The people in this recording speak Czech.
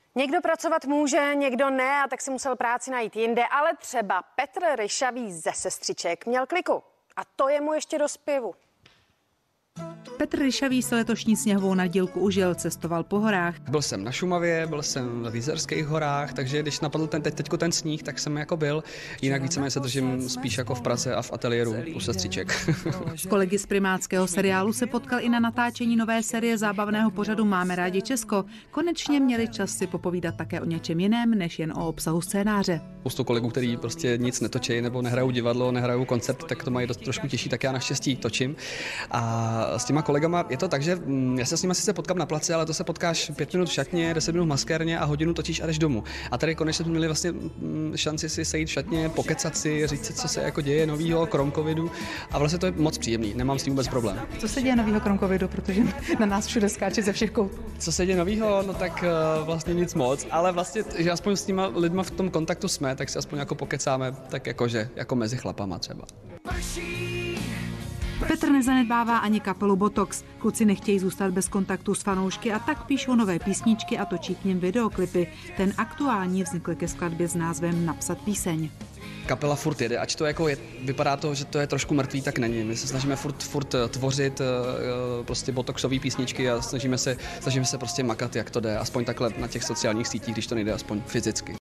Někdo pracovat může, někdo ne, a tak si musel práci najít jinde, ale třeba Petr Ryšavý ze Sestřiček měl kliku. A to je mu ještě do zpěvu. Petr Ryšavý se letošní sněhovou nadílku užil, cestoval po horách. Byl jsem na Šumavě, byl jsem v Jizerských horách, takže když napadl teďko ten sníh, tak jsem jako byl. Jinak víceméně se držím spíš jako v Praze a v ateliéru u Sestřiček. S kolegy z primátského seriálu se potkal i na natáčení nové série zábavného pořadu Máme rádi Česko. Konečně měli čas si popovídat také o něčem jiném, než jen o obsahu scénáře. Spoustu kolegů, kteří prostě nic netočí nebo nehrajou divadlo, nehrajou koncert, tak to mají dost trošku těžší, tak já naštěstí točím. A s těma kolegama je to tak, že já se s nimi sice potkám na place, ale to se potkáš 5 minut v šatně, 10 minut v maskérně a hodinu točíš a jdeš domů. A tady konečně jsme měli vlastně šanci si sejít v šatně, pokecat si, říct si, co se jako děje novýho krom covidu, a vlastně to je moc příjemný, nemám s tím vůbec problém. Co se děje novýho krom covidu, protože na nás všude skáče ze všech koutů? Co se děje novýho, no tak vlastně nic moc, ale vlastně, že aspoň s těma lidma v tom kontaktu jsme, tak si aspoň jako pokecáme, tak jakože, jako mezi chlapama třeba. Petr nezanedbává ani kapelu Botox. Kluci nechtějí zůstat bez kontaktu s fanoušky a tak píšou nové písničky a točí k nim videoklipy. Ten aktuální vznikl ke skladbě s názvem Napsat píseň. Kapela furt jede, ač to jako je, vypadá to, že to je trošku mrtvý, tak není. My se snažíme furt tvořit prostě botoxové písničky a snažíme se prostě makat, jak to jde, aspoň takhle na těch sociálních sítích, když to nejde aspoň fyzicky.